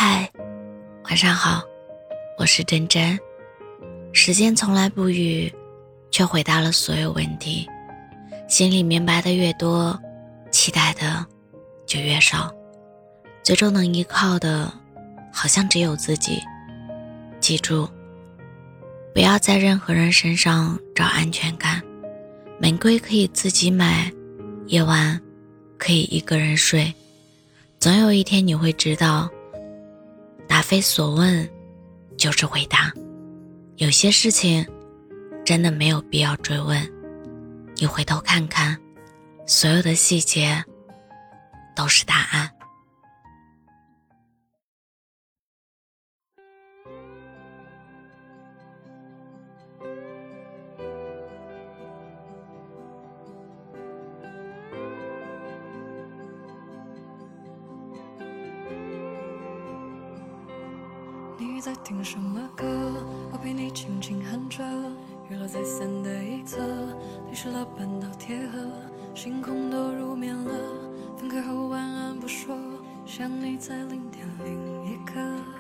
嗨，晚上好，我是真真。时间从来不语，却回答了所有问题。心里明白的越多，期待的就越少，最终能依靠的好像只有自己。记住，不要在任何人身上找安全感。玫瑰可以自己买，夜晚可以一个人睡。总有一天你会知道，答非所问就是回答。有些事情真的没有必要追问，你回头看看，所有的细节都是答案。 你在听什么歌？我陪你轻轻哼着，雨落在伞的一侧，淋湿了半岛铁盒，星空都入眠了，分开后晚安不说，想你在0点另一刻。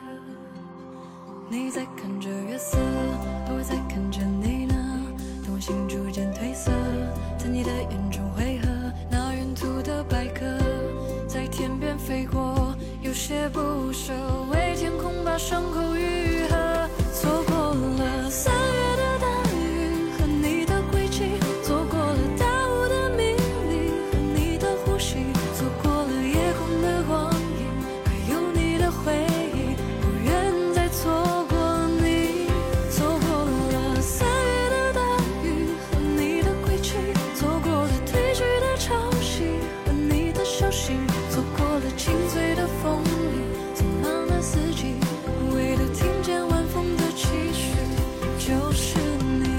你在看着月色，而我在看着你呢，当我心逐渐褪色，在你的眼中汇合，那沿途的白鸽在天边飞过，有些不舍，为天空把伤口愈合。错过了3月的大雨和你的轨迹，错过了大雾的迷离和你的呼吸，错过了夜空的光影，还有你的回忆，不愿再错过你。错过了3月的大雨和你的轨迹，错过了褪去的潮汐和你的消息，错过了轻醉的风里匆忙的四季，唯独听见晚风的期许，就是你。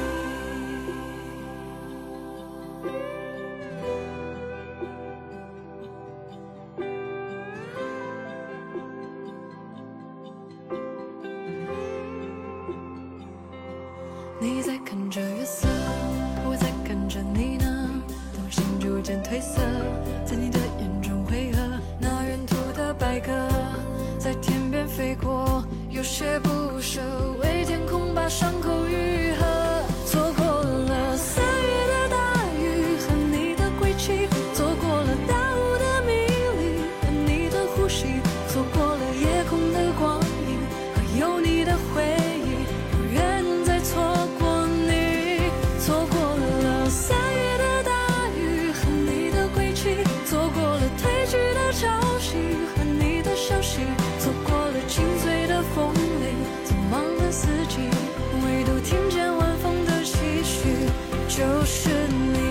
你在看着月色，我在看着你呢，当我心逐渐褪色，在你的眼中汇合，那沿途的白鸽在天边飞过，有些不舍，为天空把伤口愈合。错过了3月的大雨和你的轨迹，错过了大雾的迷离和你的呼吸，错过了夜空的光影和有你的回忆，不愿再错过你。错过了3月的大雨和你的轨迹，错过了褪去的潮汐和你的消息，错过了轻醉的风里匆忙的四季，唯独听见晚风的期许，就是你。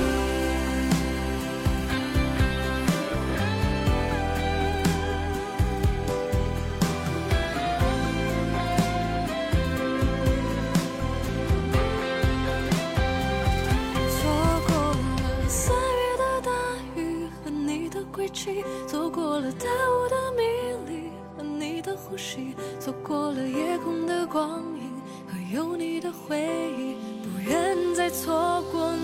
错过了3月的大雨和你的轨迹，错过了大雾的迷离和你的呼吸，错过了夜空的光影和有你的回忆，不愿再错过